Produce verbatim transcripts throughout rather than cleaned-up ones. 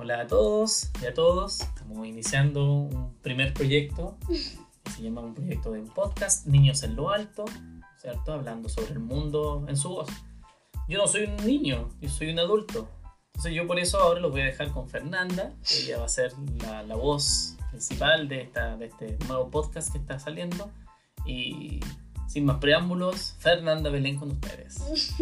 Hola a todos y a todos. Estamos iniciando un primer proyecto que se llama un proyecto de un podcast, Niños en lo Alto, ¿cierto? Hablando sobre el mundo en su voz. Yo no soy un niño, yo soy un adulto. Entonces yo por eso ahora los voy a dejar con Fernanda, que ella va a ser la, la voz principal de, esta, de este nuevo podcast que está saliendo. Y sin más preámbulos, Fernanda Belén con ustedes.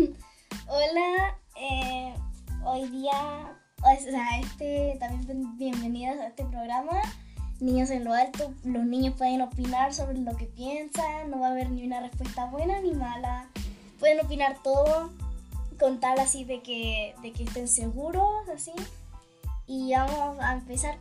Hola, eh, hoy día, o sea, este, también bienvenidos a este programa, Niños en lo Alto. Los niños pueden opinar sobre lo que piensan, no va a haber ni una respuesta buena ni mala. Pueden opinar todo, con tal así de que, de que estén seguros, así. Y vamos a empezar,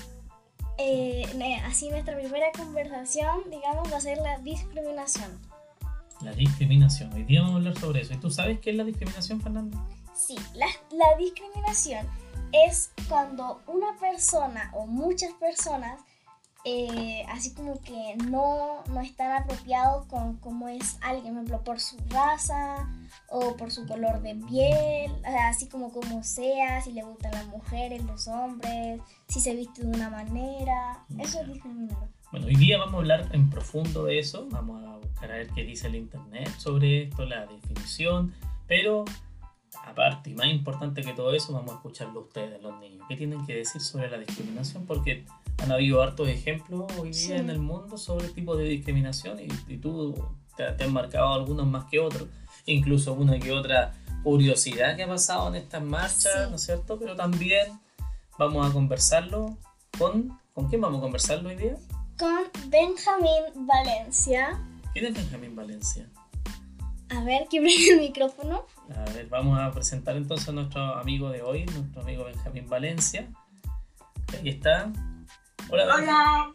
eh, así nuestra primera conversación, digamos, va a ser la discriminación. La discriminación. Hoy día vamos a hablar sobre eso. ¿Y tú sabes qué es la discriminación, Fernanda? Sí, la, la discriminación es cuando una persona o muchas personas eh, así como que no, no están apropiados con cómo es alguien, por ejemplo, por su raza o por su color de piel, o sea, así como como sea, si le gustan las mujeres, los hombres, si se viste de una manera. Eso es discriminar. Bueno, hoy día vamos a hablar en profundo de eso. Vamos a buscar a ver qué dice el internet sobre esto, la definición, pero aparte y más importante que todo eso, vamos a escucharlo ustedes, los niños. ¿Qué tienen que decir sobre la discriminación? Porque han habido hartos ejemplos hoy día sí. en el mundo sobre el tipo de discriminación y, y tú te, te han marcado algunos más que otros. Incluso una que otra curiosidad que ha pasado en estas marchas, sí. ¿no es cierto? Pero también vamos a conversarlo con... ¿Con quién vamos a conversarlo hoy día? Con Benjamín Valencia. ¿Quién es Benjamín Valencia? A ver, ¿quién prende el micrófono? A ver, vamos a presentar entonces a nuestro amigo de hoy, nuestro amigo Benjamín Valencia. Ahí está. Hola, Hola.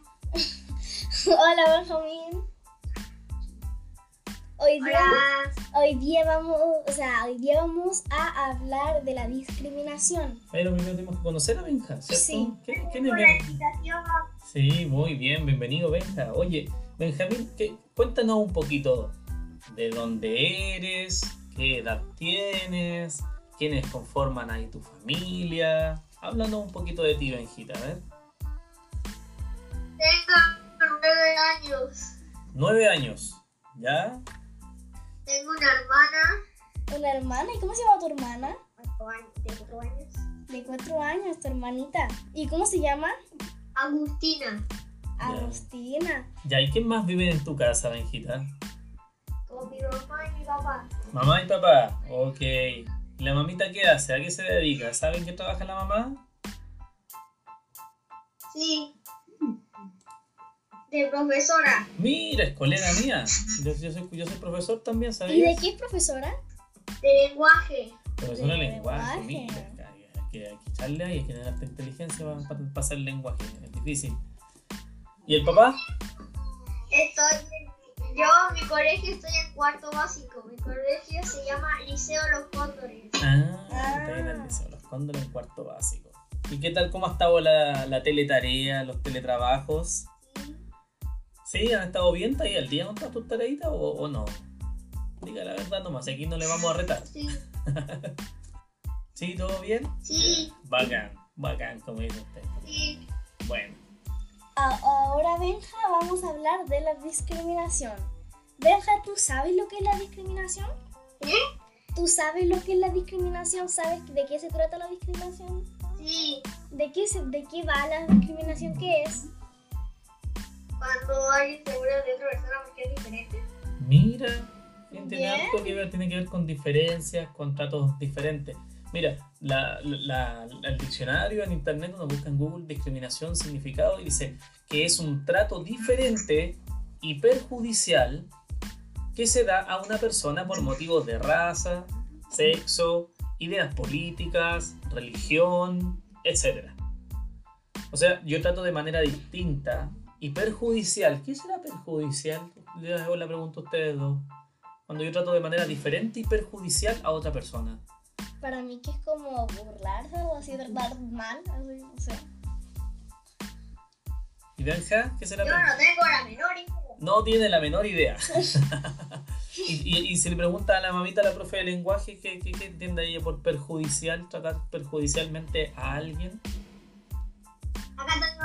Hola, Benjamín. Hoy día, Hola. hoy día vamos, o sea, hoy día vamos a hablar de la discriminación. Pero primero tenemos que conocer a Benja, ¿cierto? Sí. ¿Qué, ¿Quién es Benja? Sí, muy bien, bienvenido Benja. Oye, Benjamín, ¿qué? Cuéntanos un poquito de dónde eres, qué edad tienes, quiénes conforman ahí tu familia. Háblanos un poquito de ti, Benjita, a ver. Tengo nueve años. Nueve años, ¿ya? Tengo una hermana. ¿Una hermana? ¿Y cómo se llama tu hermana? Cuatro años, de cuatro años. De cuatro años, tu hermanita. ¿Y cómo se llama? Agustina. Agustina. Ya, ¿y quién más vive en tu casa, Benjita? Con mi mamá y mi papá. Mamá y papá, ok. ¿Y la mamita qué hace? ¿A qué se dedica? ¿Saben qué trabaja la mamá? Sí. De profesora. Mira, es colega mía. Yo, yo, soy, yo soy profesor también, ¿sabías? ¿Y de qué es profesora? De lenguaje. Profesora de de lenguaje, lenguaje. mira. Hay que, hay que echarle ahí, hay que tener harta inteligencia para, para pasar el lenguaje, es difícil. ¿Y el papá? Estoy, yo, mi colegio, estoy en cuarto básico. Mi colegio se llama Liceo Los Cóndores. Ah, Ah. está en el Liceo Los Cóndores en cuarto básico. ¿Y qué tal, cómo ha estado la, la teletarea, los teletrabajos? ¿Sí? ¿Han estado bien? ¿Está ahí al día con todas tus tareitas o, o no? Diga la verdad nomás, aquí no le vamos a retar. Sí. ¿Sí? ¿Todo bien? Sí. Ya. Bacán, bacán, como dice usted. Sí. Bueno. A- Ahora, Benja, vamos a hablar de la discriminación. Benja, ¿tú sabes lo que es la discriminación? ¿Eh? ¿Tú sabes lo que es la discriminación? ¿Sabes de qué se trata la discriminación? Sí. ¿De qué, se- de qué va la discriminación? ¿Qué es? Cuando alguien se burla de otra persona porque es diferente. Mira, tiene Bien. harto que ver, tiene que ver con diferencias, con tratos diferentes. Mira, la, la, la- el diccionario en internet, uno busca en Google discriminación, significado, y dice que es un trato diferente y perjudicial que se da a una persona por motivos de raza, sexo, ideas políticas, religión, etcétera. O sea, yo trato de manera distinta y perjudicial. ¿Qué será perjudicial? Les hago la pregunta a ustedes dos. Cuando yo trato de manera diferente y perjudicial a otra persona. Para mí que es como burlarse o así, tratar mal, así, no sé. ¿Y Benja? ¿Qué será Yo perjudicial? no tengo la menor idea. No tiene la menor idea. y, y, y si le pregunta a la mamita, a la profe de lenguaje, ¿qué, qué, qué entiende ella por perjudicial? ¿Tratar perjudicialmente a alguien?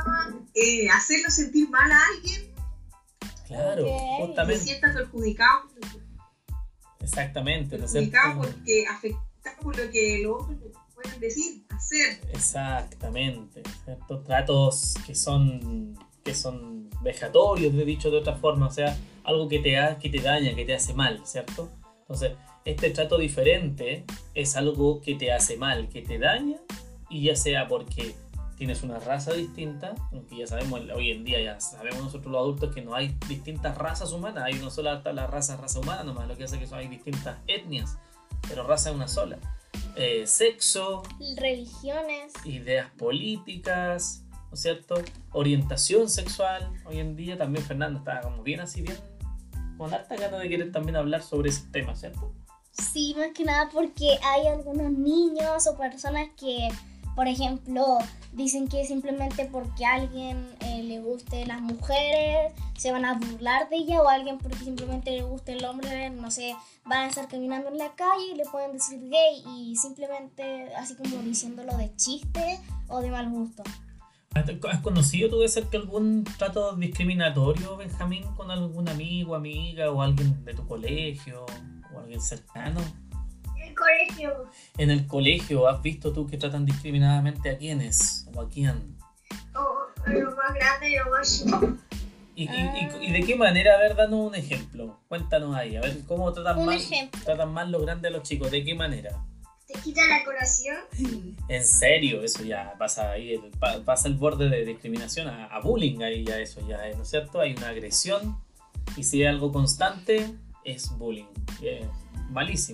eh, hacerlo sentir mal a alguien, Claro, Ok. se justamente. sienta perjudicado, Exactamente, ¿no es cierto? perjudicado porque afectado por lo que los otros pueden decir, hacer. Exactamente, ¿cierto? Tratos que son, que son vejatorios, de dicho de otra forma, o sea, algo que te, ha- que te daña, que te hace mal, ¿cierto? Entonces, este trato diferente es algo que te hace mal, que te daña, y ya sea porque tienes una raza distinta, aunque ya sabemos, hoy en día ya sabemos nosotros los adultos que no hay distintas razas humanas, hay una sola la raza, raza humana nomás, lo que hace que son, hay distintas etnias, pero raza es una sola. Eh, sexo, Religiones. ideas políticas, ¿no es cierto? Orientación sexual. Hoy en día también Fernando está como bien así, bien con harta ganas de querer también hablar sobre ese tema, ¿cierto? Sí, más que nada porque hay algunos niños o personas que, por ejemplo, dicen que simplemente porque a alguien eh, le guste las mujeres, se van a burlar de ella, o a alguien porque simplemente le guste el hombre, no sé, van a estar caminando en la calle y le pueden decir gay y simplemente así como diciéndolo de chiste o de mal gusto. ¿Has conocido tú de cerca algún trato discriminatorio, Benjamín, con algún amigo, amiga o alguien de tu colegio o alguien cercano? En el colegio, En el colegio, ¿has visto tú que tratan discriminadamente a quiénes o a quién? o lo más grande y lo más chico. ¿Y, y, y- y de qué manera? A ver, danos un ejemplo. Cuéntanos ahí, a ver cómo tratan Un mal, ejemplo. tratan mal los grandes a los chicos. ¿De qué manera? Te quita la colación. En serio, eso ya pasa ahí, el- pa- pasa el borde de discriminación a, a bullying, ahí ya eso ya es, ¿no es cierto? Hay una agresión y si es algo constante, es bullying. Y es malísimo.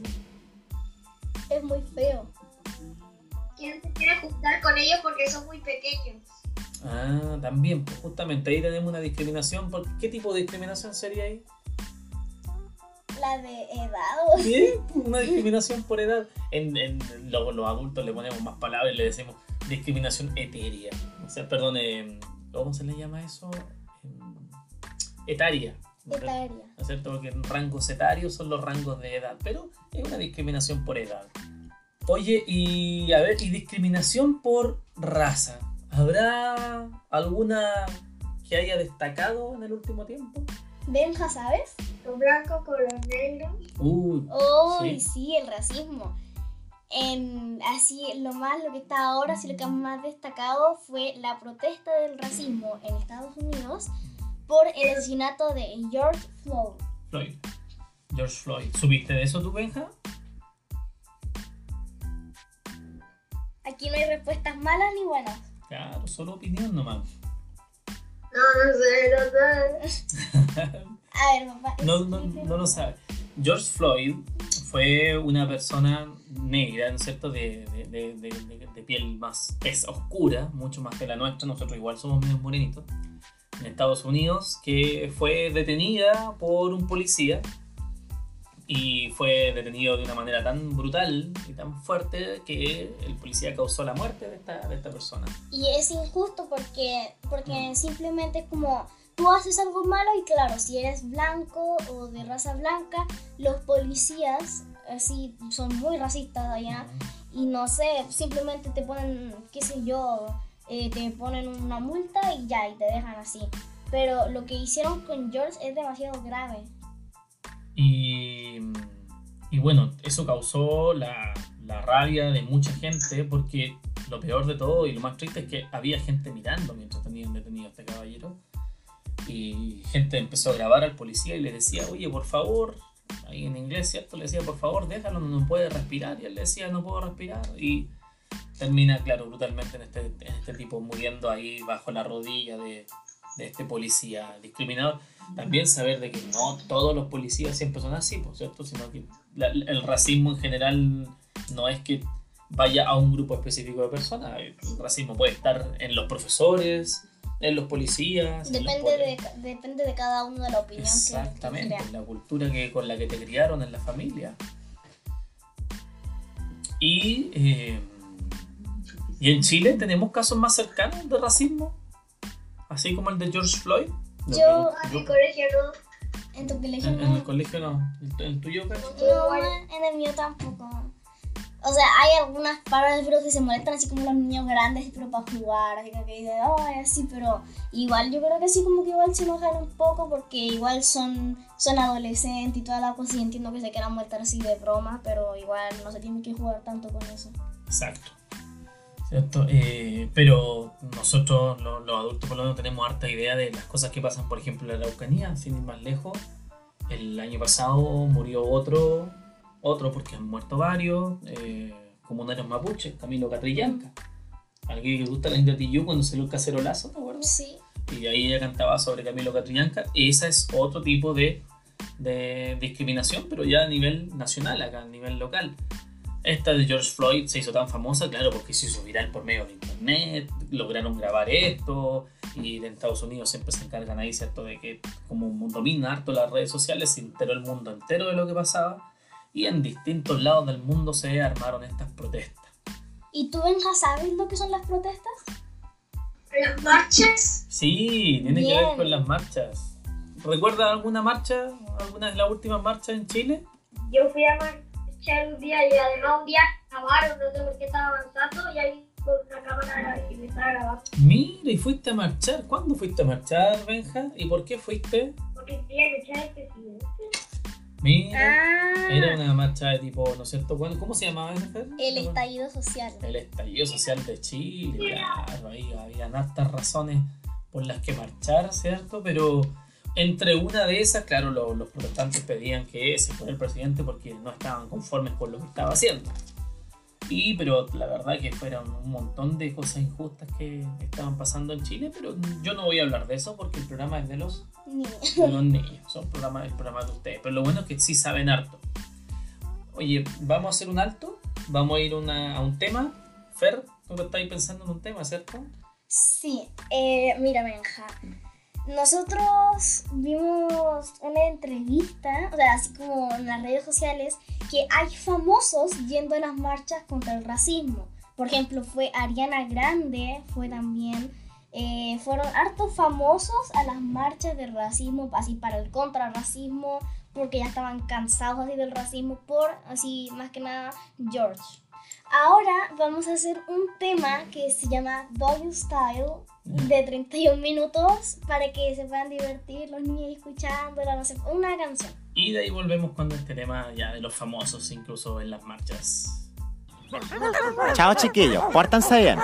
Es muy feo. ¿Quién se quiere juntar con ellos porque son muy pequeños? Ah, también, pues justamente ahí tenemos una discriminación. ¿Por qué tipo de discriminación sería ahí? La de edad o... Bien, una discriminación por edad. En, en los, los adultos le ponemos más palabras y le decimos discriminación etérea. O sea, perdón, eh, ¿cómo se le llama eso? Em, etaria. ¿no es cierto? etaria. ¿No es cierto? Porque en rangos etarios son los rangos de edad, pero es una discriminación por edad. Oye, y a ver, y discriminación por raza. ¿Habrá alguna que haya destacado en el último tiempo? Benja, ¿sabes? Los blancos con los negros. Uy, Oh, sí. sí, el racismo. En, así, lo más, lo que está ahora, sí, lo que más destacado fue la protesta del racismo en Estados Unidos por el asesinato de George Floyd. Floyd. George Floyd. ¿Supiste de eso tú, Benja? Aquí no hay respuestas malas ni buenas. Claro, solo opinión nomás. No, no sé, no sé. A ver, papá. No, no, no lo sabe. George Floyd fue una persona negra, ¿no es cierto? De, de, de, de, de- de piel más es oscura, mucho más que la nuestra. Nosotros igual somos medio morenitos. En Estados Unidos, que fue detenida por un policía y fue detenido de una manera tan brutal y tan fuerte que el policía causó la muerte de esta, de esta persona. Y es injusto porque, porque simplemente es como tú haces algo malo y claro, si eres blanco o de raza blanca, los policías así son muy racistas allá y no sé, simplemente te ponen, qué sé yo, eh, te ponen una multa y ya, y te dejan así. Pero lo que hicieron con George es demasiado grave. Y, y bueno, eso causó la, la rabia de mucha gente porque lo peor de todo y lo más triste es que había gente mirando mientras tenían detenido a este caballero y gente empezó a grabar al policía y le decía, oye, por favor, ahí en inglés, ¿cierto? Le decía, por favor, déjalo, no puede respirar, y él le decía, no puedo respirar, y termina, claro, brutalmente en este, en este tipo muriendo ahí bajo la rodilla de, de este policía discriminador. También saber de que no todos los policías siempre son así, ¿por cierto? Sino que la- el racismo en general no es que vaya a un grupo específico de personas. El racismo puede estar en los profesores, en los policías. en los Depende poli- de, depende de cada uno de la opinión que- que Exactamente, crea. la cultura que, con la que te criaron en la familia. Y, eh, y en Chile tenemos casos más cercanos de racismo, así como el de George Floyd. Lo Yo- que- En mi colegio no. En tu colegio en, no. en el colegio no. ¿El tuyo, Fer? No, en el mío tampoco. O sea, hay algunas padres pero que se molestan así como los niños grandes, pero para jugar, así como que dicen, oh, así, pero igual yo creo que sí como que igual se enojan un poco porque igual son, son adolescentes y toda la cosa y entiendo que se quieran molestar así de broma, pero igual no se tiene que jugar tanto con eso. Exacto. ¿Cierto? Eh, pero nosotros, los, los adultos, por lo menos tenemos harta idea de las cosas que pasan, por ejemplo, en la Araucanía, sin ir más lejos. El año pasado murió otro, otro porque han muerto varios, eh, comunarios mapuches, Camilo Catrillanca. Alguien que le gusta la India Tijoux cuando salió el cacerolazo, ¿te acuerdas? Sí. Y ahí ella cantaba sobre Camilo Catrillanca. Esa es otro tipo de, de discriminación, pero ya a nivel nacional, acá a nivel local. Esta de George Floyd se hizo tan famosa, claro, porque se hizo viral por medio de internet, lograron grabar esto, y en Estados Unidos siempre se encargan ahí, ¿cierto?, de que como domina harto las redes sociales, se enteró el mundo entero de lo que pasaba, y en distintos lados del mundo se armaron estas protestas. ¿Y tú, Benja, sabes lo que son las protestas? Las marchas. Sí, tiene Bien. que ver con las marchas. ¿Recuerdas alguna marcha, alguna de las últimas marchas en Chile? Yo fui a marchar un día y además un día grabaron, no sé por qué estaba avanzando y ahí con una cámara y me estaba grabando. Mira, y fuiste a marchar. ¿Cuándo fuiste a marchar, Benja? ¿Y por qué fuiste? Porque querían echar al presidente. Mira, Ah, era una marcha de tipo, ¿no es cierto? ¿Cómo se llamaba esa? el estallido social. El estallido social de Chile, claro, ahí habían hartas razones por las que marchar, ¿cierto? Pero entre una de esas, claro, los, los protestantes pedían que se fuera el presidente porque no estaban conformes con lo que estaba haciendo. Y, pero la verdad que fueron un montón de cosas injustas que estaban pasando en Chile, pero yo no voy a hablar de eso porque el programa es de los, de los niños, son programas, el programa de ustedes, pero lo bueno es que sí saben harto. Oye, vamos a hacer un alto, vamos a ir una, a un tema. Fer, tú estás ahí pensando en un tema, ¿cierto? Sí, eh, mira, Benja. Nosotros vimos una entrevista, o sea, así como en las redes sociales, que hay famosos yendo a las marchas contra el racismo. Por ejemplo, fue Ariana Grande, fue también, eh, fueron hartos famosos a las marchas del racismo, así para el contrarracismo, porque ya estaban cansados así del racismo por, así más que nada, George. Ahora vamos a hacer un tema que se llama Doggy Style, de treinta y un minutos, para que se puedan divertir los niños escuchándola, no sé, una canción. Y de ahí volvemos cuando este tema ya de los famosos, incluso en las marchas. Chao chiquillos, pórtanse bien.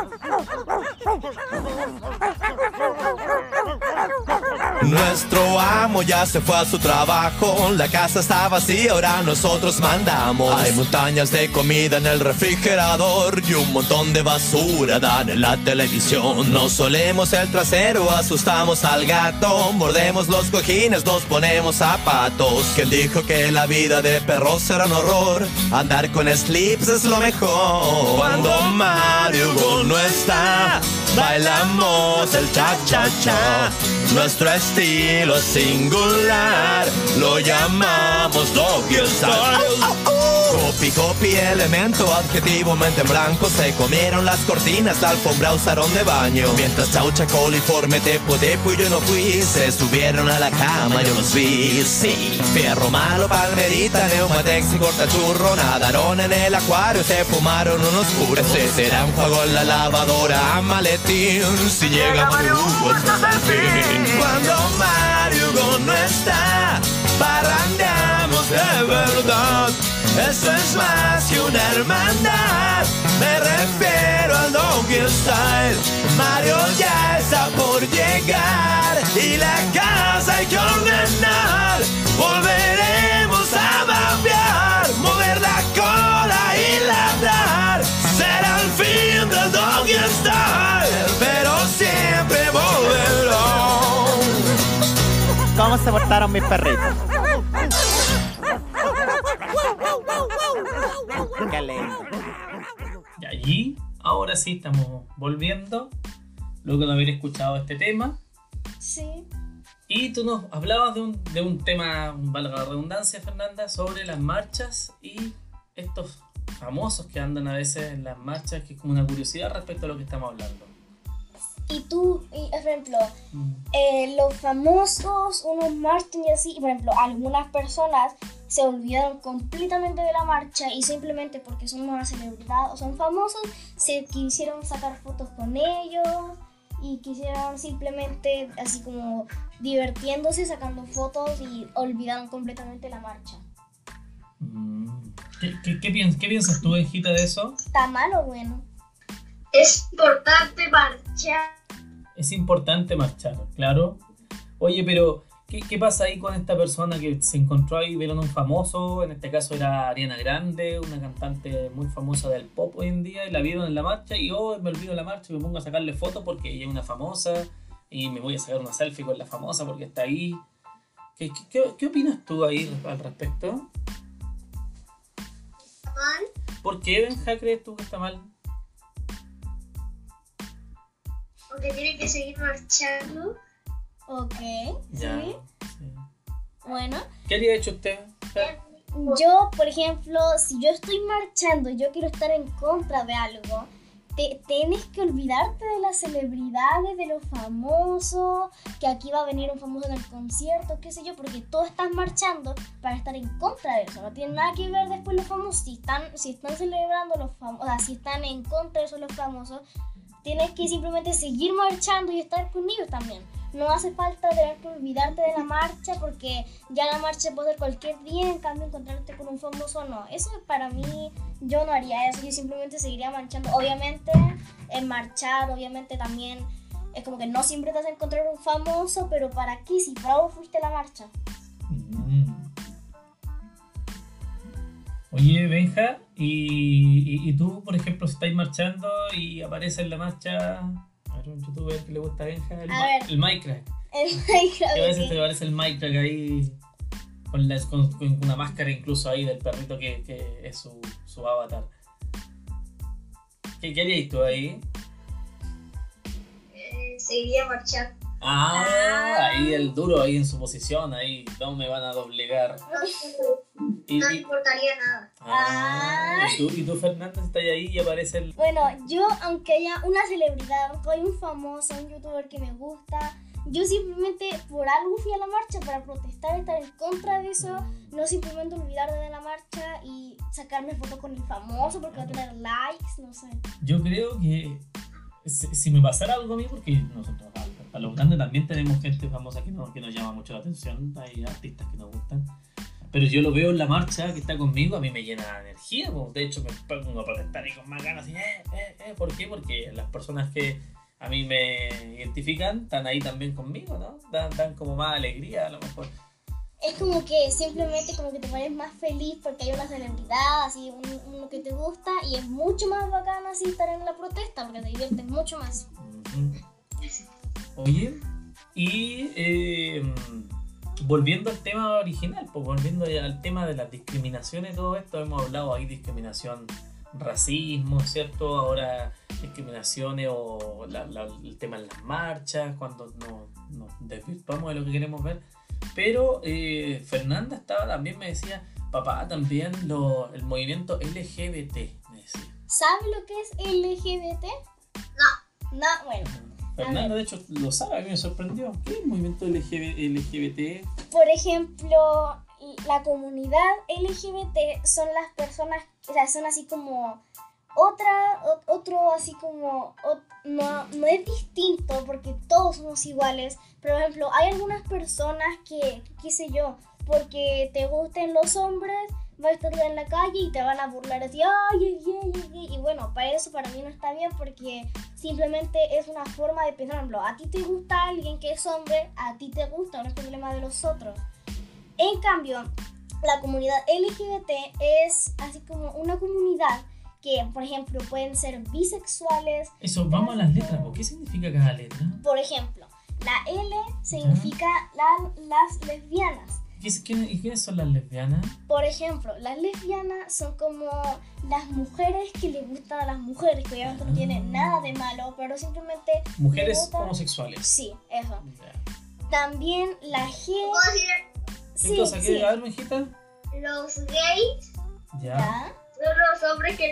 Nuestro amo ya se fue a su trabajo, la casa está vacía, ahora nosotros mandamos. Hay montañas de comida en el refrigerador y un montón de basura dan en la televisión. Nos solemos el trasero, asustamos al gato, mordemos los cojines, nos ponemos zapatos. ¿Quién dijo que la vida de perros era un horror? Andar con slips es lo mejor. Cuando Mario Hugo no está, bailamos el cha-cha-cha. Nuestro estilo es singular, lo llamamos Doggy Style. Copy, copy, elemento, adjetivo, mente en blanco. Se comieron las cortinas, la alfombra usaron de baño. Mientras Chaucha, coliforme, tepo, tepo y yo no fui, se subieron a la cama, yo los vi. Sí, fierro malo, palmerita, neumatex y cortachurro. Nadaron en el acuario, se fumaron unos puros. Ese será un juego en la lavadora, maletín. Si llega Mario Hugo, este es el fin. Cuando Mario Hugo no está, parrandeamos de verdad. Eso es más que una hermandad, me refiero al Doggy Style. Mario ya está por llegar y la casa hay que ordenar. Volveremos a babear, mover la cola y ladrar. Será el fin del Doggy Style, pero siempre volverán. ¿Cómo se portaron mis perritos? Qué lindo. Y allí, ahora sí estamos volviendo, luego de haber escuchado este tema. Sí. Y tú nos hablabas de un, de un tema, valga la redundancia, Fernanda, sobre las marchas y estos famosos que andan a veces en las marchas, que es como una curiosidad respecto a lo que estamos hablando. y tú, y, por ejemplo, eh, los famosos, unos marchan y así, y por ejemplo, algunas personas se olvidaron completamente de la marcha y simplemente porque son una celebridad o son famosos, se quisieron sacar fotos con ellos y quisieron simplemente así como divirtiéndose, sacando fotos y olvidaron completamente la marcha. ¿Qué, qué, qué, piensas, ¿Qué piensas tú, Benjita, de eso? ¿Está mal o bueno? Es importante marchar. Es importante marchar, claro. Oye, pero ¿qué, qué pasa ahí con esta persona que se encontró ahí, vieron un famoso? En este caso era Ariana Grande, una cantante muy famosa del pop hoy en día, y la vieron en la marcha y oh, me olvido de la marcha y me pongo a sacarle fotos porque ella es una famosa y me voy a sacar una selfie con la famosa porque está ahí. ¿Qué, qué, qué opinas tú ahí al respecto? Mal. ¿Por qué, Benja, crees tú que está mal? Porque tiene que seguir marchando. Ok, Ya, sí. sí. Bueno, ¿Qué haría hecho usted? yo, por ejemplo, si yo estoy marchando, yo quiero estar en contra de algo, te, tienes que olvidarte de las celebridades, de los famosos, que aquí va a venir un famoso en el concierto, qué sé yo, porque tú estás marchando para estar en contra de eso. No tiene nada que ver después los famosos. Si están, si están celebrando los famosos, o sea, si están en contra de eso los famosos, tienes que simplemente seguir marchando y estar con ellos también. No hace falta tener que olvidarte de la marcha porque ya la marcha puede ser cualquier día, en cambio encontrarte con un famoso no. Eso para mí, yo no haría eso, yo simplemente seguiría marchando. Obviamente, en marchar, obviamente también es como que no siempre te vas a encontrar un famoso, pero ¿para qué? Si por algo fuiste a la marcha. Mm. Oye, Benja, y, y, y tú, por ejemplo, si estáis marchando y aparece en la marcha, a ver, un youtuber que le gusta a Benja, el, A Ma- ver. el Minecraft. El Minecraft, Que a veces ok. te aparece el Minecraft ahí con, la- con- con una máscara incluso ahí del perrito que, que es su, su avatar. ¿Qué, qué harías tú ahí? Eh, seguiría marchando. Ah, Ah. ahí el duro ahí en su posición, ahí no me van a doblegar. Y, No me y- importaría nada. ah, ¿y, tú, y tú, Fernández, estás ahí y aparece el... Bueno, yo, aunque haya una celebridad, aunque haya un famoso, un youtuber que me gusta, yo simplemente por algo fui a la marcha para protestar, estar en contra de eso, no simplemente olvidarme de la marcha y sacarme fotos con el famoso porque va a tener likes, no sé. Yo creo que si, si me pasara algo a mí, porque nosotros a, a los grandes también tenemos gente famosa que nos, que nos llama mucho la atención, hay artistas que nos gustan, pero yo lo veo en la marcha que está conmigo, a mí me llena de energía, pues. De hecho me pongo a protestar y con más ganas, y, eh, eh, eh. ¿Por qué? Porque las personas que a mí me identifican están ahí también conmigo, ¿no? Dan, dan como más alegría a lo mejor. Es como que simplemente como que te pones más feliz porque hay una celebridad, así, un- uno que te gusta y es mucho más bacán así estar en la protesta porque te diviertes mucho más. Ujú. Oye, y eh, volviendo al tema original, pues volviendo al tema de las discriminaciones y todo esto, hemos hablado ahí discriminación, racismo, ¿cierto? Ahora discriminaciones o la- la- el tema en las marchas, cuando nos no desvirtuamos de lo que queremos ver. Pero eh, Fernanda estaba también, me decía, papá, también lo, el movimiento L G B T, me decía. ¿Sabes lo que es L G B T? No. No, bueno. Fernanda, de hecho, lo sabe, a mí me sorprendió. ¿Qué es el movimiento L G B L G B T? Por ejemplo, la comunidad L G B T son las personas, o sea, son así como otra, o- otro así como, o- no, no es distinto porque todos somos iguales, pero por ejemplo, hay algunas personas que, qué sé yo, porque te gusten los hombres, vas a estar en la calle y te van a burlar así, ay, ay, ay, ay, ay. Y bueno, para eso para mí no está bien porque simplemente es una forma de pensar, por ejemplo, a ti te gusta alguien que es hombre, a ti te gusta, no es problema de los otros. En cambio, la comunidad L G B T es así como una comunidad que, por ejemplo, pueden ser bisexuales. Eso, vamos a las letras, ¿por qué significa cada letra? Por ejemplo, la L significa la- las lesbianas. ¿Qué es- quién- ¿Y quiénes son las lesbianas? Por ejemplo, las lesbianas son como las mujeres que le gustan a las mujeres, que obviamente no tiene nada de malo, pero simplemente... le Mujeres gusta- homosexuales. Sí, eso. Ya. También la G... ¿Puedo decir ¿Qué Sí, cosa? sí. ¿Qué? A ver, mijita. los gays? Ya. Ya. Son los hombres que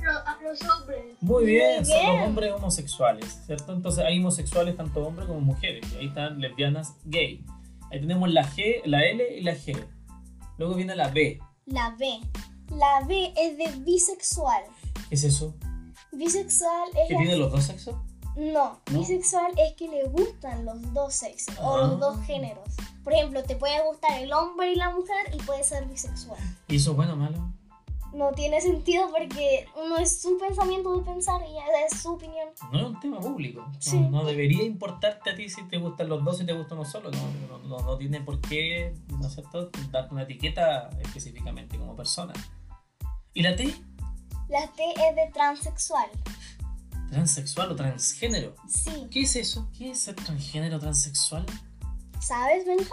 lo- a los hombres. Muy bien, Muy son bien. los hombres homosexuales, ¿cierto? Entonces hay homosexuales tanto hombres como mujeres. Y ahí están lesbianas gay. Ahí tenemos la G, la L y la G. Luego viene la B. La B. La B es de bisexual. ¿Qué es eso? Bisexual es ¿Que la... tiene los dos sexos? No, ¿No? bisexual es que le gustan los dos sexos o Ah. los dos géneros. Por ejemplo, te puede gustar el hombre y la mujer y puede ser bisexual. ¿Y eso es bueno o malo? No tiene sentido porque uno es su pensamiento de pensar y esa es su opinión. No es un tema público. No, Sí. no debería importarte a ti si te gustan los dos y te gusta uno solo. No, no, no, no tiene por qué, ¿no es cierto?, darte una etiqueta específicamente como persona. ¿Y la T? La T es de transexual. ¿Transexual o transgénero? Sí. ¿Qué es eso? ¿Qué es ser transgénero o transexual? ¿Sabes, Benja?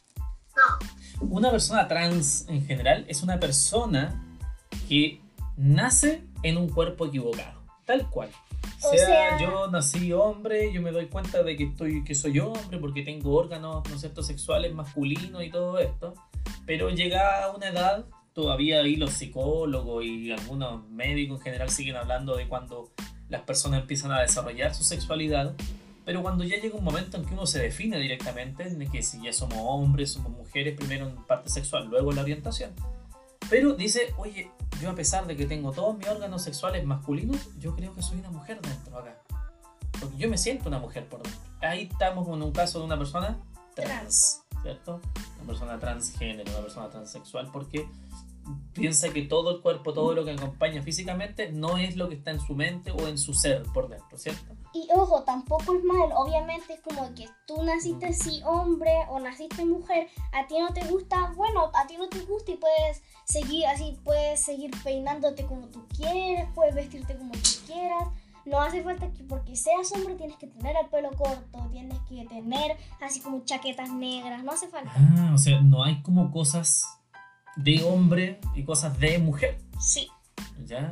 No. Una persona trans en general es una persona que nace en un cuerpo equivocado, tal cual. O Sea, sea- yo nací hombre, yo me doy cuenta de que estoy que soy hombre porque tengo órganos, ¿no es cierto?, sexuales masculinos y todo esto, pero llega a una edad, todavía ahí los psicólogos y algunos médicos en general siguen hablando de cuando las personas empiezan a desarrollar su sexualidad, pero cuando ya llega un momento en que uno se define directamente, en que si ya somos hombres, somos mujeres, primero en parte sexual, luego en la orientación. Pero dice, oye, yo a pesar de que tengo todos mis órganos sexuales masculinos, yo creo que soy una mujer dentro acá. Porque yo me siento una mujer por dentro. Ahí estamos con un caso de una persona trans, ¿cierto? Una persona transgénero, una persona transexual, porque piensa que todo el cuerpo, todo lo que acompaña físicamente, no es lo que está en su mente o en su ser por dentro, ¿cierto? Y ojo, tampoco es mal. Obviamente es como que tú naciste sí hombre o naciste mujer. A ti no te gusta, bueno, a ti no te gusta y puedes seguir así, puedes seguir peinándote como tú quieres, puedes vestirte como tú quieras. No hace falta que porque seas hombre tienes que tener el pelo corto, tienes que tener así como chaquetas negras, no hace falta. Ah, o sea, no hay como cosas de hombre y cosas de mujer, Sí. ¿ya?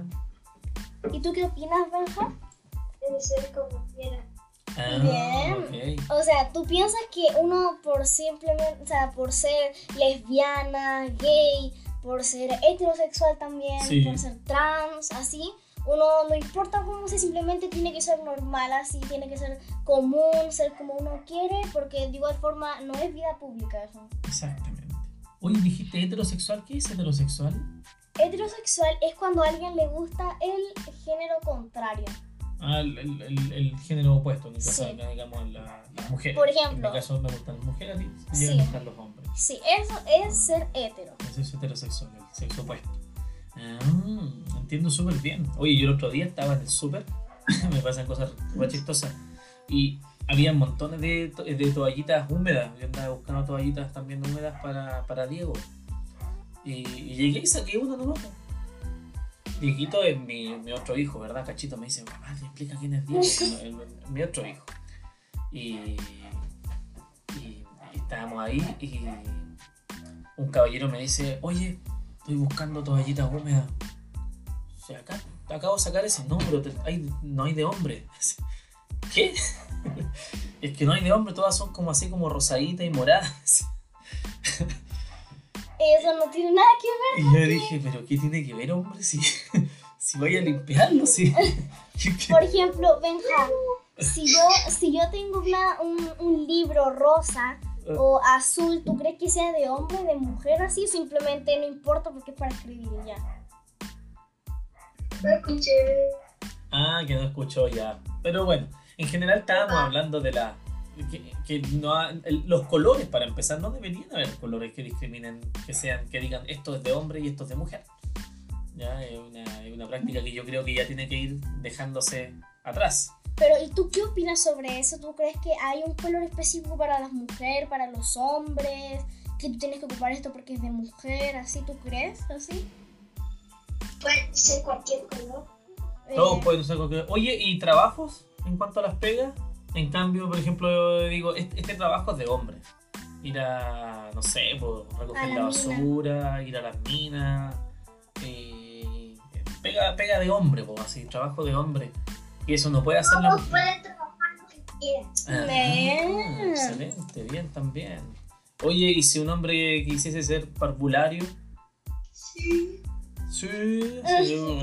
¿Y tú qué opinas, Benja? Debe ser como quiera. Ah, Bien. ok. O sea, ¿tú piensas que uno por simplemente, o sea, por ser lesbiana, gay, por ser heterosexual también, Sí. por ser trans, así, uno no importa cómo sea, simplemente tiene que ser normal, así, tiene que ser común, ser como uno quiere, porque de igual forma no es vida pública eso. Exactamente. Oye, dijiste heterosexual, ¿qué es heterosexual? Heterosexual es cuando a alguien le gusta el género contrario. Ah, el, el- el- el género opuesto, en mi caso, Sí. acá, digamos, la, las mujeres. Por ejemplo. En mi caso me gustan las mujeres, a ti te Sí. llegan a gustar los hombres. Sí, eso es ser hetero. Eso es heterosexual, el sexo opuesto. Ah, entiendo súper bien. Oye, yo el otro día estaba en el súper, me pasan cosas muy chistosas, y había montones de, to- de toallitas húmedas. Yo andaba buscando toallitas también húmedas para, para Diego. Y, y llegué y saqué una nomás. Dieguito es mi, mi otro hijo, ¿verdad? Cachito me dice, mamá, ¿te explica quién es Diego? El- el- mi otro hijo. Y, y estábamos ahí y un caballero me dice, oye, estoy buscando toallitas húmedas. O sea, acá, te acabo de sacar ese, no, pero te- hay, no hay de hombre. ¿Qué? Es que no hay de hombre, todas son como así como rosaditas y moradas. Eso no tiene nada que ver. Y yo dije, pero ¿qué tiene que ver, hombre? Si, si vaya a limpiarlo, si... Por ejemplo, Benja, si yo, si yo tengo una- un, un libro rosa o azul, ¿tú crees que sea de hombre, de mujer así? Simplemente no importa porque es para escribir y ya. No escuché. Ah, que no escuchó ya. Pero bueno, en general estábamos hablando de la... Que, que no ha- el- los colores, para empezar, no deberían haber colores que discriminen, que sean, que digan esto es de hombre y esto es de mujer. Ya, es una, es una práctica que yo creo que ya tiene que ir dejándose atrás. Pero, ¿y tú qué opinas sobre eso? ¿Tú crees que hay un color específico para las mujeres, para los hombres? Que tú tienes que ocupar esto porque es de mujer, así, ¿tú crees? ¿Así? Puede ser cualquier color. Todos Eh, pueden usar cualquier... Oye, ¿y trabajos en cuanto a las pegas? En cambio, por ejemplo, yo digo, este, este trabajo es de hombre. Ir a, no sé, pues, recoger A la la mina. basura, ir a las minas. eh, pega, pega de hombre, pues, así, trabajo de hombre. Y eso no puede hacer la Todos pueden trabajar lo que quieran. Ah, Bien. excelente, bien también. Oye, ¿y si un hombre quisiese ser parvulario? Sí. Sí, Ah, sería un- bueno.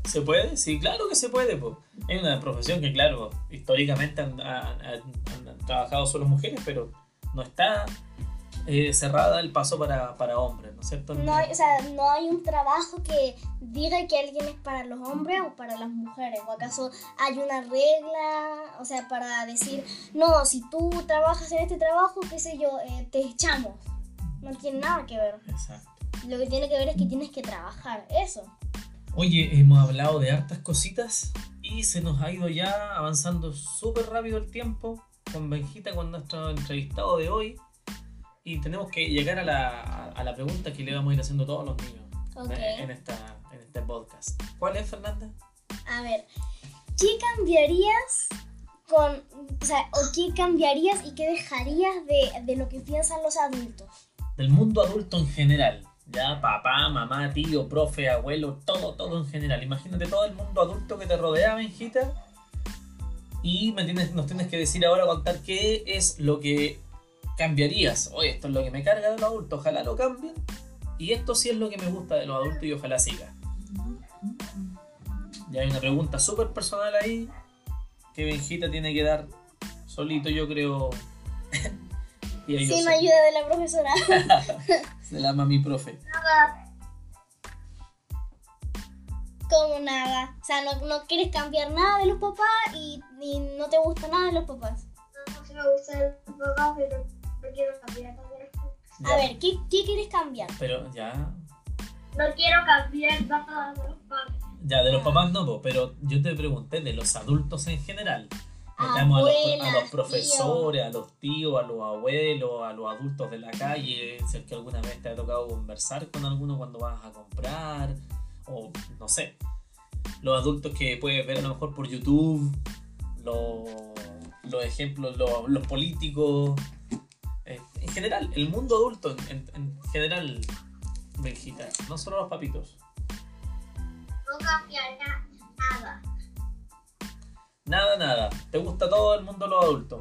¿Se puede? Sí, claro que se puede. Po. Es una profesión que, claro, históricamente han, han- han- han trabajado solo mujeres, pero no está eh, cerrada el paso para, para hombres, ¿no es cierto? No hay, o sea, no hay un trabajo que diga que alguien es para los hombres o para las mujeres. ¿O acaso hay una regla, o sea, para decir, no, si tú trabajas en este trabajo, qué sé yo, eh, te echamos? No tiene nada que ver. Exacto. Lo que tiene que ver es que tienes que trabajar, eso. Oye, hemos hablado de hartas cositas y se nos ha ido ya avanzando súper rápido el tiempo con Benjita, con nuestro entrevistado de hoy. Y tenemos que llegar a la, a la pregunta que le vamos a ir haciendo a todos los niños Ok. eh, en, esta, en este podcast. ¿Cuál es, Fernanda? A ver, ¿qué cambiarías con, o sea, o qué cambiarías y qué dejarías de, de lo que piensan los adultos? Del mundo adulto en general. Ya, papá, mamá, tío, profe, abuelo, todo, todo en general. Imagínate todo el mundo adulto que te rodea, Benjita. Y me tienes, nos tienes que decir ahora, contar qué es lo que cambiarías. Oye, esto es lo que me carga de los adultos, ojalá lo cambien. Y esto sí es lo que me gusta de los adultos y ojalá siga. Ya hay una pregunta súper personal ahí que Benjita tiene que dar solito, yo creo. Y ahí yo Sin sé. ayuda de la profesora. Se la mami profe. Nada. Como nada. O sea, no, no quieres cambiar nada de los papás y, y no te gusta nada de los papás. No, sí me gusta el papá, pero no quiero cambiar nada de los papás. A ver, ¿qué, qué quieres cambiar? Pero ya. No quiero cambiar nada de los papás. Ya, de los papás no, po, pero yo te pregunté de los adultos en general. Metamos a, los, a los Abuelas, profesores, a los tíos, a los abuelos, a los adultos de la calle. Si es que alguna vez te ha tocado conversar con alguno cuando vas a comprar, o no sé. Los adultos que puedes ver a lo mejor por YouTube, los, los ejemplos, los, los políticos. Eh, en general, el mundo adulto, en, en, en general, Benjita, no solo los papitos. No cambiaría nada. Nada, nada. ¿Te gusta todo el mundo de los adultos?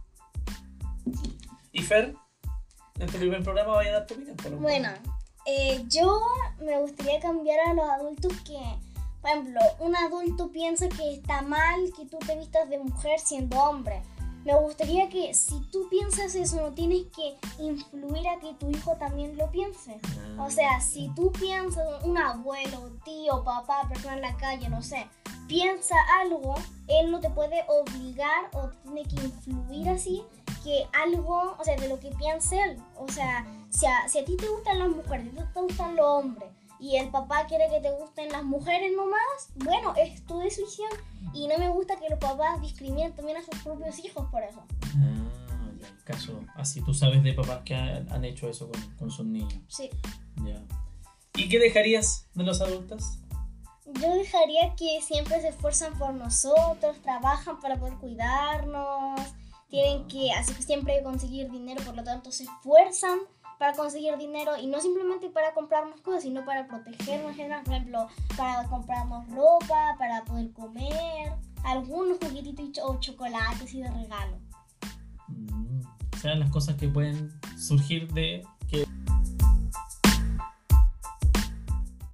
¿Y Fer? En tu primer programa vaya a dar tu opinión. por lo menos. Bueno, eh, yo me gustaría cambiar a los adultos que, por ejemplo, un adulto piensa que está mal que tú te vistas de mujer siendo hombre. Me gustaría que si tú piensas eso, no tienes que influir a que tu hijo también lo piense. O sea, si tú piensas, un abuelo, tío, papá, persona en la calle, no sé, piensa algo, él no te puede obligar o tiene que influir así que algo, o sea, de lo que piense él. O sea, si a, si a ti te gustan las mujeres, si a ti te gustan los hombres y el papá quiere que te gusten las mujeres nomás, bueno, es tu decisión. Y no me gusta que los papás discriminen también a sus propios hijos por eso. Ah, ya, el caso. Así tú sabes de papás que han, han hecho eso con, con sus niños. Sí. Ya. ¿Y qué dejarías de los adultos? Yo dejaría que siempre se esfuerzan por nosotros, trabajan para poder cuidarnos, tienen que así que siempre conseguir dinero, por lo tanto se esfuerzan para conseguir dinero y no simplemente para comprarnos cosas, sino para protegernos en general, por ejemplo, para comprarnos ropa, para poder comer, algunos juguetitos y cho- o chocolates y de regalo. Mm, o sea, las cosas que pueden surgir de que